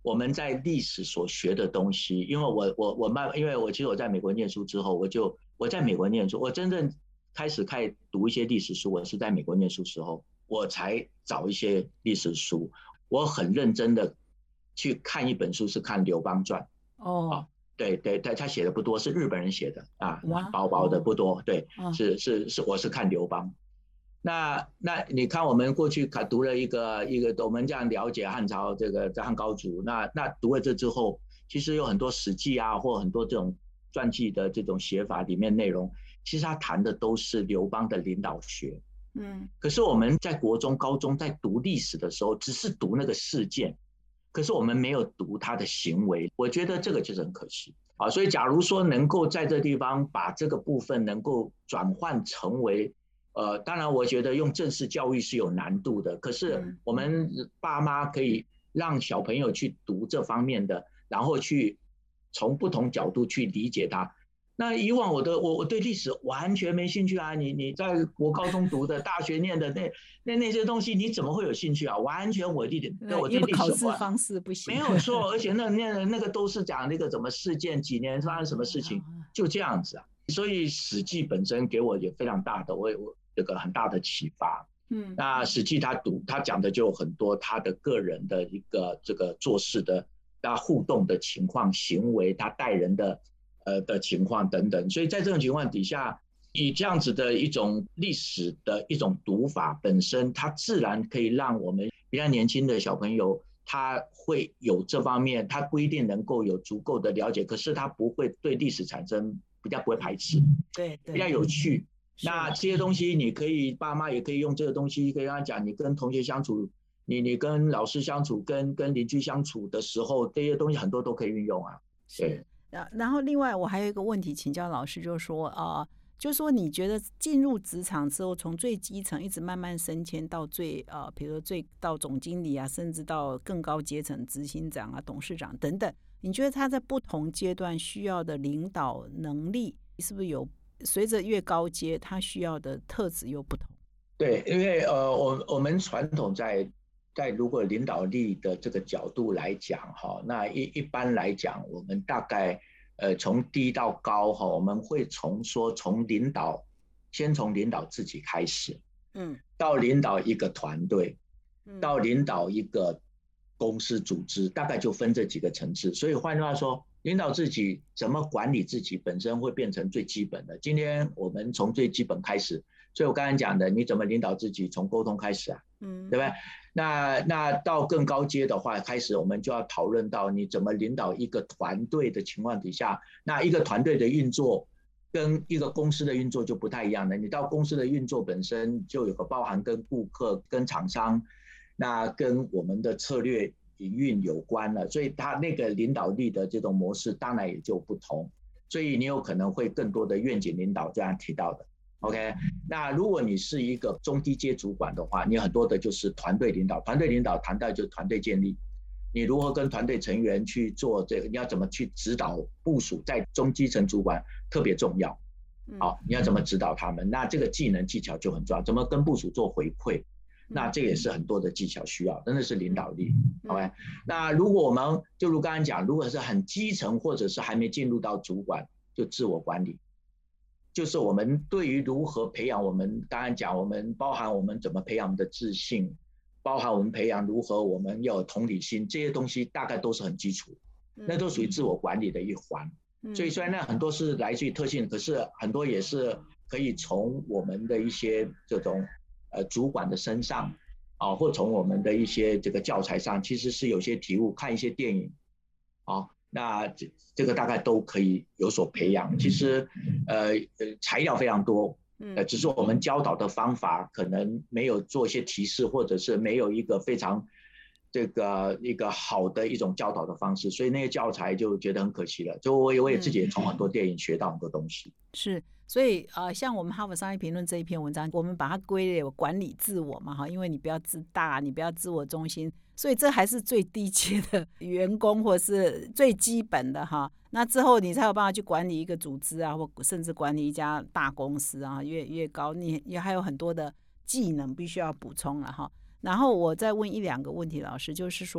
我们在历史所学的东西，因为因为其实我在美国念书之后，我在美国念书，我真正开始读一些历史书，我是在美国念书时候，我才找一些历史书，我很认真的去看一本书，是看刘邦传。 哦， 对，他写的不多，是日本人写的啊，薄薄的不多。对，我是看刘邦。那你看，我们过去读了一个，我们这样了解汉朝这个汉高祖，那读了这之后，其实有很多史记啊，或很多这种传记的这种写法里面内容，其实他谈的都是刘邦的领导学。可是我们在国中、高中在读历史的时候，只是读那个事件，可是我们没有读他的行为，我觉得这个就是很可惜啊。所以假如说能够在这地方把这个部分能够转换成为当然我觉得用正式教育是有难度的，可是我们爸妈可以让小朋友去读这方面的，然后去从不同角度去理解它。那以往我对历史完全没兴趣啊，你在国高中读的、大学念的那些东西，你怎么会有兴趣啊？完全我对历史考试方式不行， 没有错，而且那个都是讲那个什么事件，几年发生什么事情，就这样子啊。所以《史记》本身给我也非常大的我这个很大的启发。那《史记》他讲的就很多他的个人的一个这个做事的他互动的情况、行为，他待人的情况等等。所以在这种情况底下，以这样子的一种历史的一种读法本身，它自然可以让我们比较年轻的小朋友，他会有这方面，他不一定能够有足够的了解，可是他不会对历史产生比较不会排斥， 对， 比较有趣。那这些东西你可以爸妈也可以用这个东西可以跟他讲，你跟同学相处，你跟老师相处，跟邻居相处的时候，这些东西很多都可以运用啊。对。 然后另外我还有一个问题请教老师，就是说你觉得进入职场之后，从最基层一直慢慢升迁到比如说最到总经理啊，甚至到更高阶层执行长啊、董事长等等，你觉得他在不同阶段需要的领导能力是不是有随着越高阶，他需要的特质又不同？ 对，因为我们传统在如果领导力的这个角度来讲哈，那一般来讲，我们大概从低到高哈，我们会先从领导自己开始，到领导一个团队，到领导一个公司组织，大概就分这几个层次。所以换句话说，领导自己怎么管理自己本身会变成最基本的。今天我们从最基本开始，所以我刚才讲的，你怎么领导自己，从沟通开始啊，对不对？那到更高阶的话，开始我们就要讨论到你怎么领导一个团队的情况底下，那一个团队的运作跟一个公司的运作就不太一样了。你到公司的运作本身就有个包含跟顾客、跟厂商，那跟我们的策略营运有关了，所以他那个领导力的这种模式当然也就不同，所以你有可能会更多的愿景领导，这样提到的。OK， 那如果你是一个中低阶主管的话，你很多的就是团队领导。团队领导谈到就是团队建立，你如何跟团队成员去做这个，你要怎么去指导部署，在中基层主管特别重要。好，你要怎么指导他们？那这个技能技巧就很重要，怎么跟部署做回馈？那这也是很多的技巧需要，真的是领导力。OK， 那如果我们就如刚才讲，如果是很基层或者是还没进入到主管，就自我管理。就是我们对于如何培养我们，当然讲我们包含我们怎么培养我们的自信，包含我们培养如何我们要有同理心，这些东西大概都是很基础，那都属于自我管理的一环。所以虽然那很多是来自于特性，可是很多也是可以从我们的一些这种主管的身上啊，或从我们的一些这个教材上，其实是有些体悟，看一些电影啊。那这个大概都可以有所培养。其实材料非常多，只是我们教导的方法可能没有做一些提示，或者是没有一个非常一个好的一种教导的方式，所以那些教材就觉得很可惜了。就我也自己也从很多电影学到很多东西。 是，所以像我们哈佛商业评论这一篇文章，我们把它归类为管理自我嘛，哈，因为你不要自大，你不要自我中心，所以这还是最低阶的员工或是最基本的哈。那之后你才有办法去管理一个组织啊，或甚至管理一家大公司啊，越高，你也还有很多的技能必须要补充了哈。然后我再问一两个问题，老师，就是说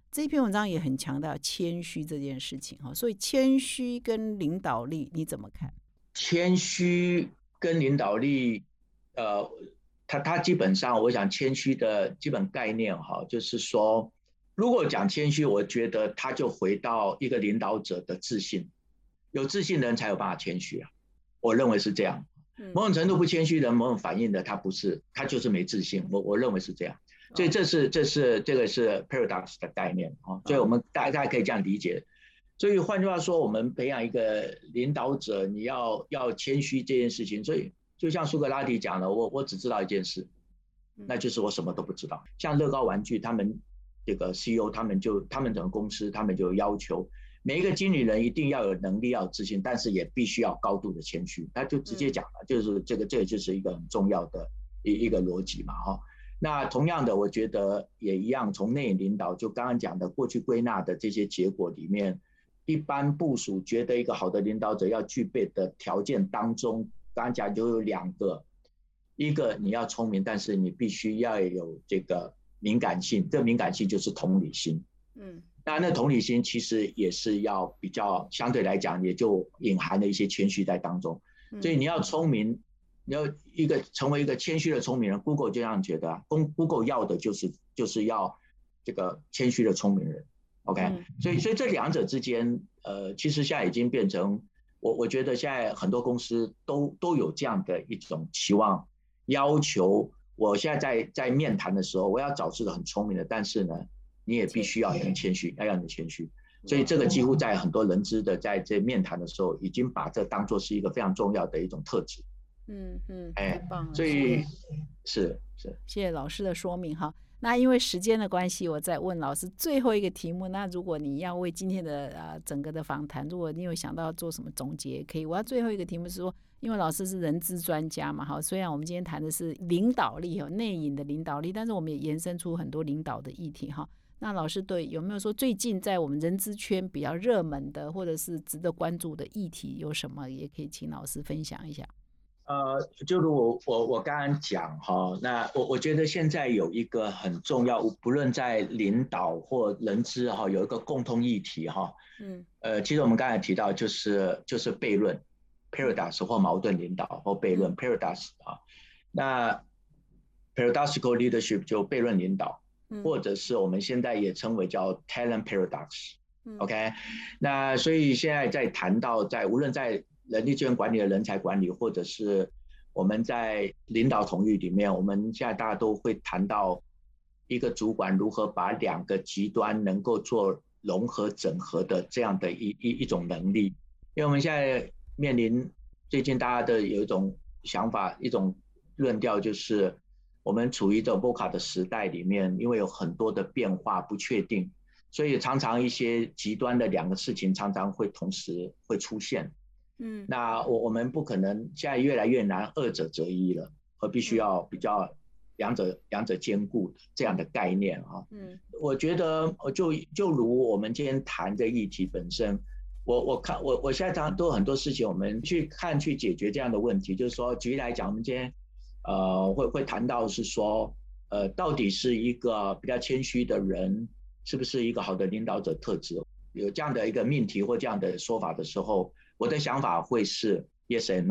这篇文章也很强调谦虚这件事情哈，所以谦虚跟领导力你怎么看？ 谦虚跟领导力，它基本上，我想谦虚的基本概念哈，就是说，如果讲谦虚，我觉得他就回到一个领导者的自信，有自信的人才有办法谦虚啊，我认为是这样。某种程度不谦虚的人，某种反应的他不是，他就是没自信，我认为是这样。所以这个是 paradox 的概念啊，所以我们大家可以这样理解。所以换句话说，我们培养一个领导者，你要谦虚这件事情。所以就像苏格拉底讲的，我只知道一件事，那就是我什么都不知道。像乐高玩具，他们这个 CEO 他们整个公司他们就要求每一个经理人一定要有能力，要有自信，但是也必须要高度的谦虚。他就直接讲了，就是这个就是一个很重要的一个逻辑嘛哈。那同样的，我觉得也一样，从内领导就刚刚讲的过去归纳的这些结果里面，一般部属觉得一个好的领导者要具备的条件当中，刚刚讲就有2个，一个你要聪明，但是你必须要有这个敏感性，这敏感性就是同理心。那同理心其实也是要比较相对来讲，也就隐含了一些谦虚在当中。所以你要聪明，你要成为一个谦虚的聪明人 ，Google 就这样觉得啊 ，Google 要的就是要这个谦虚的聪明人。OK，所以这2者之间，其实现在已经变成我觉得现在很多公司都有这样的一种期望，要求我现在在面谈的时候，我要找这个很聪明的，但是呢，你也必须要很谦虚，要让你谦虚。所以这个几乎在很多人资的在这面谈的时候，已经把这当作是一个非常重要的一种特质。 太棒了。 所以是， 谢谢老师的说明哈。那因为时间的关系，我再问老师最后一个题目。那如果你要为今天的整个的访谈，如果你有想到做什么总结，可以。我要最后一个题目是说，因为老师是人资专家嘛，哈，虽然我们今天谈的是领导力哈，内隐的领导力，但是我们也延伸出很多领导的议题哈。那老师有没有说最近在我们人资圈比较热门的，或者是值得关注的议题有什么，也可以请老师分享一下。 就如我刚刚讲哈，那我觉得现在有一个很重要，不论在领导或人资哈，有一个共同议题哈。其实我们刚才提到就是悖论 paradox 或矛盾领導或悖論 paradox 啊，那 paradoxical leadership 就悖論領導，或者是我們現在也稱為叫 talent paradox。OK， 那所以現在在談到無論在人力資源管理的人才管理，或者是我們在領導統御裡面，我們現在大家都會談到一個主管如何把兩個極端能夠做融合整合的這樣的一種能力。因為我們現在面臨最近大家的有一種想法，一種論調，就是我們處於這 VUCA 的時代裡面，因為有很多的變化不確定，所以常常一些極端的兩個事情常常會同時會出現。那我們不可能現在越來越難二者擇一了，而必須要比較兩者兼顧這樣的概念啊。我覺得就如我們今天談的議題本身，我現在常常都有很多事情我們去看去解決這樣的問題，就是說舉例來講，我們今天會談到是說到底是一個比較謙虛的人是不是一個好的領導者特質，有這樣的一個命題或這樣的說法的時候，我的想法會是 yes and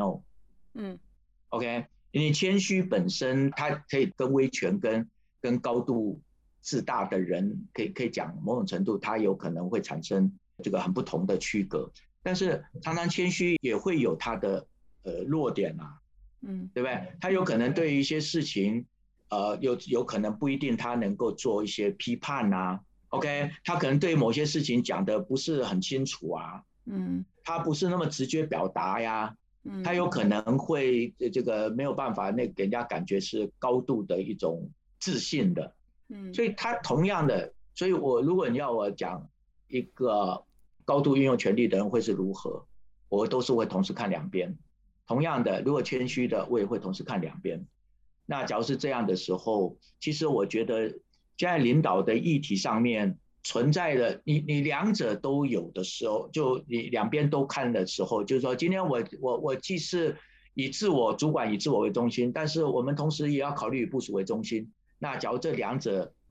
no。OK， 你謙虛本身它可以跟威權跟高度自大的人可以講某種程度它有可能會產生這個很不同的區隔，但是常常謙虛也會有它的弱點啊，對不對？他有可能對於一些事情有可能不一定他能夠做一些批判啊。OK， 他可能對某些事情講得不是很清楚啊，他不是那麼直接表達呀，他有可能會這個沒有辦法那給人家感覺是高度的一種自信的。所以他同樣的，所以如果你要我講一個高度運用權力的人會是如何，我都是會同時看兩邊。同樣的，如果謙虛的我也會同時看兩邊。那假如是這樣的時候，其實我覺得現在領導的議題上面存在的你兩者都有的時候，就你兩邊都看的時候，就是說今天我既是以主管以自我為中心，但是我們同時也要考慮以部屬為中心。那假如這兩者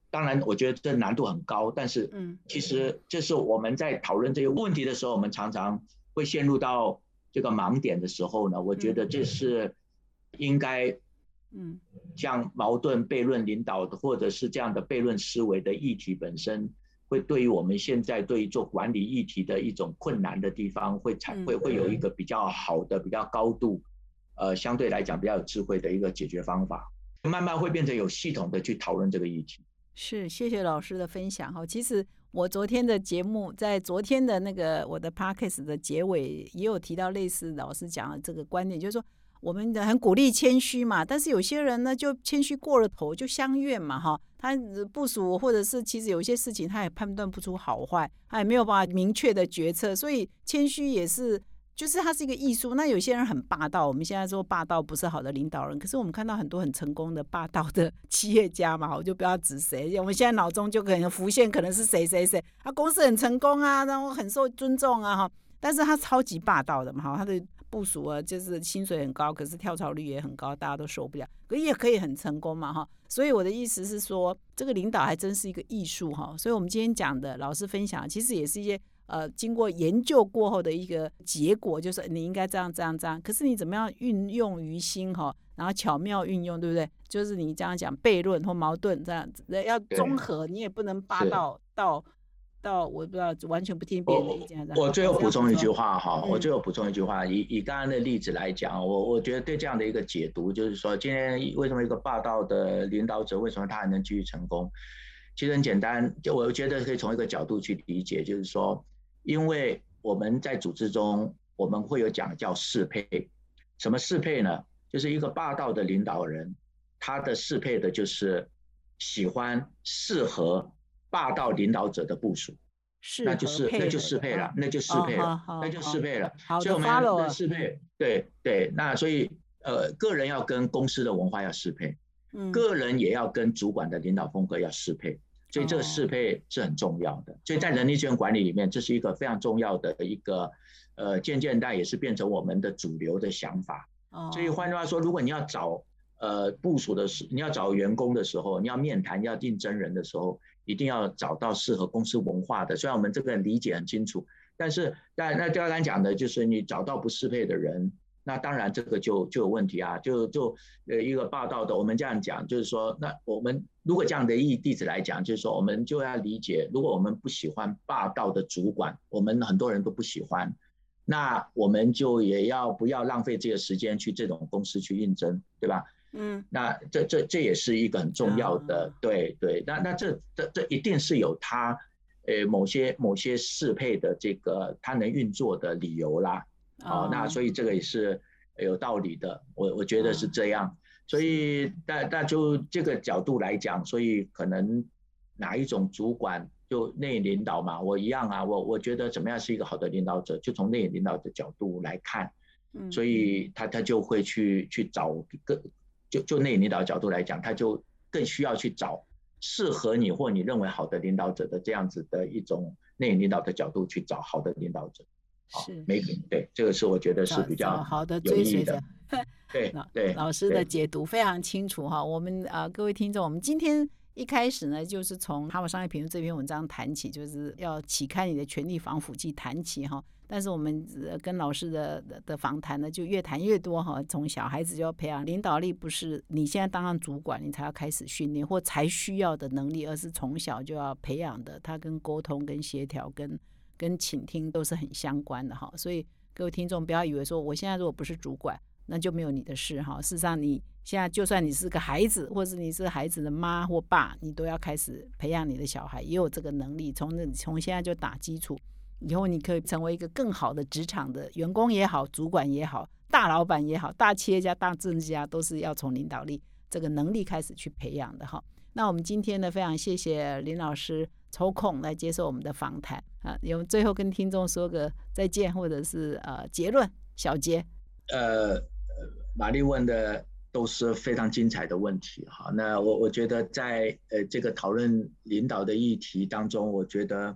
当然我觉得这难度很高，但是其实这是我们在讨论这个问题的时候，我们常常会陷入到这个盲点的时候呢，我觉得这是应该像矛盾悖论领导的，或者是这样的悖论思维的议题本身，会对于我们现在对于做管理议题的一种困难的地方，会有一个比较好的、比较高度，相对来讲比较有智慧的一个解决方法，慢慢会变成有系统的去讨论这个议题。 是，谢谢老师的分享哈。其实我昨天的节目，在昨天的那个我的 podcast 的结尾，也有提到类似老师讲的这个观点，就是说我们很鼓励谦虚嘛，但是有些人呢就谦虚过了头，就相怨嘛哈。他部属或者是其实有些事情他也判断不出好坏，他也没有办法明确的决策，所以谦虚也是。就是它是一个艺术，那有些人很霸道，我们现在说霸道不是好的领导人，可是我们看到很多很成功的霸道的企业家嘛，我就不要指谁，我们现在脑中就可能浮现可能是谁谁谁，他公司很成功啊，然后很受尊重啊哈，但是他超级霸道的嘛，他的部属啊就是薪水很高，可是跳槽率也很高，大家都受不了，可也可以很成功嘛哈，所以我的意思是说，这个领导还真是一个艺术哈，所以我们今天讲的老师分享，其实也是一些。经过研究过后的一个结果，就是你应该这样这样这样。可是你怎么样运用于心哈，然后巧妙运用，对不对？就是你这样讲悖论或矛盾这样子，要综合，你也不能霸道到我不知道完全不听别人的意见。 我最后补充一句话哈，我最后补充一句话，以刚刚的例子来讲，我觉得对这样的一个解读，就是说今天为什么一个霸道的领导者，为什么他还能继续成功？其实很简单，就我觉得可以从一个角度去理解，就是说。因为我们在组织中，我们会有讲叫适配。什么适配呢？就是一个霸道的领导人，他的适配的就是喜欢适合霸道领导者的部署，那就适配了，那就适配了，那就适配了。所以我们的适配，对，那所以个人要跟公司的文化要适配，个人也要跟主管的领导风格要适配。所以这个适配是很重要的，所以在人力资源管理里面，这是一个非常重要的一个渐渐也是变成我们的主流的想法。所以换句话说，如果你要找部署的时，你要找员工的时候，你要面谈要应征人的时候，一定要找到适合公司文化的。虽然我们这个理解很清楚，但是那刚刚讲的就是你找到不适配的人。那当然这个就有问题啊，就一个霸道的，我们这样讲，就是说，那我们如果这样的例子来讲，就是说，我们就要理解，如果我们不喜欢霸道的主管，我们很多人都不喜欢，那我们就也要不要浪费这个时间去这种公司去应征，对吧？那这也是一个很重要的，对，那这一定是有它某些适配的这个它能运作的理由啦。那所以这个也是有道理的，我觉得是这样。所以那就这个角度来讲，所以可能哪一种主管就内领导嘛，我一样啊，我觉得怎么样是一个好的领导者，就从内领导的角度来看，所以他就会去找就内领导角度来讲，他就更需要去找适合你或你认为好的领导者的这样子的一种内领导的角度去找好的领导者。 是， 对，这个是我觉得是比较好的追随者。 对， 老师的解读非常清楚哈。我们各位听众，我们今天一开始呢，就是从《哈佛商业评论》这篇文章谈起，就是要启开你的权力防腐剂谈起哈。但是我们跟老师的访谈呢，就越谈越多哈。从小孩子就要培养领导力，不是你现在当上主管你才要开始训练或才需要的能力，而是从小就要培养的。它跟沟通、跟协调、跟倾听都是很相关的哈。所以各位听众不要以为说我现在如果不是主管，那就没有你的事哈。事实上，你现在就算你是个孩子，或是你是孩子的妈或爸，你都要开始培养你的小孩，也有这个能力。从现在就打基础，以后你可以成为一个更好的职场的员工也好，主管也好，大老板也好，大企业家、大政治家，都是要从领导力这个能力开始去培养的哈。那我们今天呢，非常谢谢林老师抽空来接受我们的访谈啊。有最后跟听众说个再见，或者是结论小结。 玛丽问的都是非常精彩的问题哈。那我觉得在这个讨论领导的议题当中，我觉得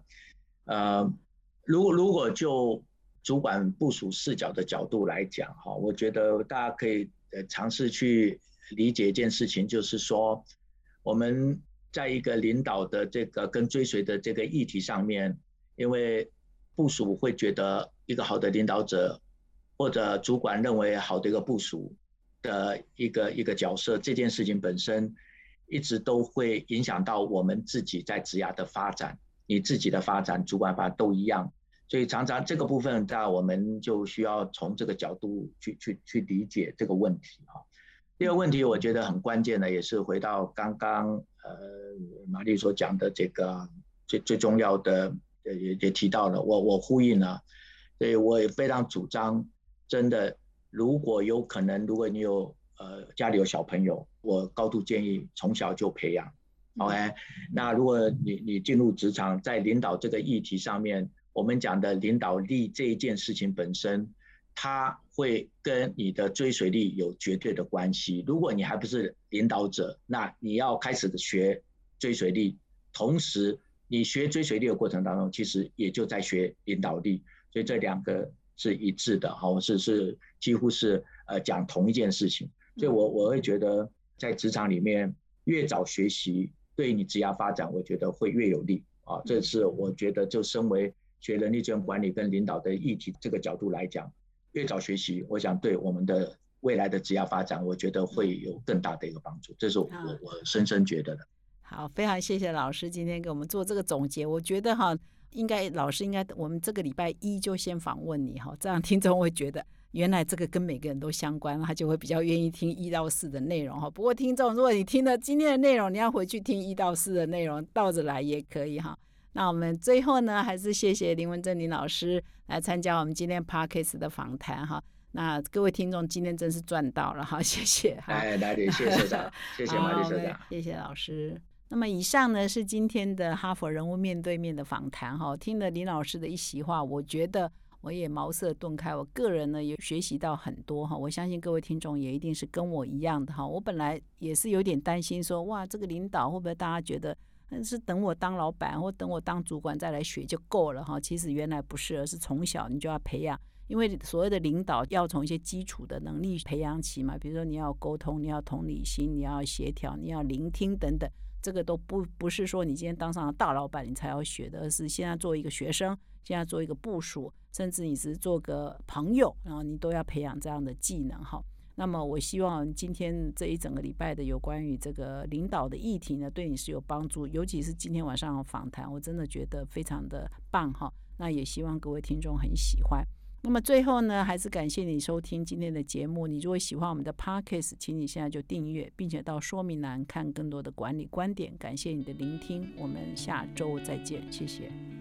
如果就主管部属视角的角度来讲哈，我觉得大家可以尝试去理解一件事情，就是说我们在一个领导的这个跟追随的这个议题上面，因为部属会觉得一个好的领导者或者主管认为好的一个部属的一个角色，这件事情本身一直都会影响到我们自己在职涯的发展，你自己的发展、主管发展都一样，所以常常这个部分，那我们就需要从这个角度去理解这个问题哈。第二个问题，我觉得很关键的，也是回到刚刚玛丽所讲的这个最重要的，也提到了，我呼应了，所以我也非常主张，真的，如果有可能，如果你有家里有小朋友，我高度建议从小就培养。OK， 那如果你进入职场，在领导这个议题上面，我们讲的领导力这一件事情本身，它会跟你的追随力有绝对的关系。如果你还不是领导者，那你要开始学追随力，同时你学追随力的过程当中，其实也就在学领导力，所以这两个是一致的，是几乎是讲同一件事情。所以我会觉得在职场里面越早学习，对你职业发展，我觉得会越有利啊。这是我觉得就身为学人力资源管理跟领导的议题这个角度来讲，越早学习，我想对我们的未来的职业发展，我觉得会有更大的一个帮助，这是我深深觉得的。 好，非常谢谢老师今天给我们做这个总结。我觉得老师应该我们这个礼拜一就先访问你这样听众会觉得原来这个跟每个人都相关，他就会比较愿意听1到4的内容不过听众，如果你听了今天的内容，你要回去听1到4的内容，倒着来也可以那我们最后呢，还是谢谢林文正林老师来参加我们今天 Podcast 的访谈那各位听众今天真是赚到了谢谢来谢谢社长谢谢玛丽社长， 谢谢老师。那么以上呢是今天的哈佛人物面对面的访谈听了林老师的一席话，我觉得我也茅塞顿开，我个人呢也学习到很多我相信各位听众也一定是跟我一样的我本来也是有点担心说，哇，这个领导会不会大家觉得是等我当老板或等我当主管再来学就够了其实原来不是，而是从小你就要培养，因为所谓的领导要从一些基础的能力培养起嘛，比如说你要沟通，你要同理心，你要协调，你要聆听等等，这个都不是说你今天当上了大老板你才要学的，而是现在做一个学生，现在做一个部属，甚至你是做个朋友，然后你都要培养这样的技能那么我希望今天这一整个礼拜的有关于这个领导的议题呢，对你是有帮助，尤其是今天晚上的访谈，我真的觉得非常的棒那也希望各位听众很喜欢。那么最后呢，还是感谢你收听今天的节目。你如果喜欢我们的 Podcast， 请你现在就订阅，并且到说明栏看更多的管理观点。感谢你的聆听，我们下周再见，谢谢。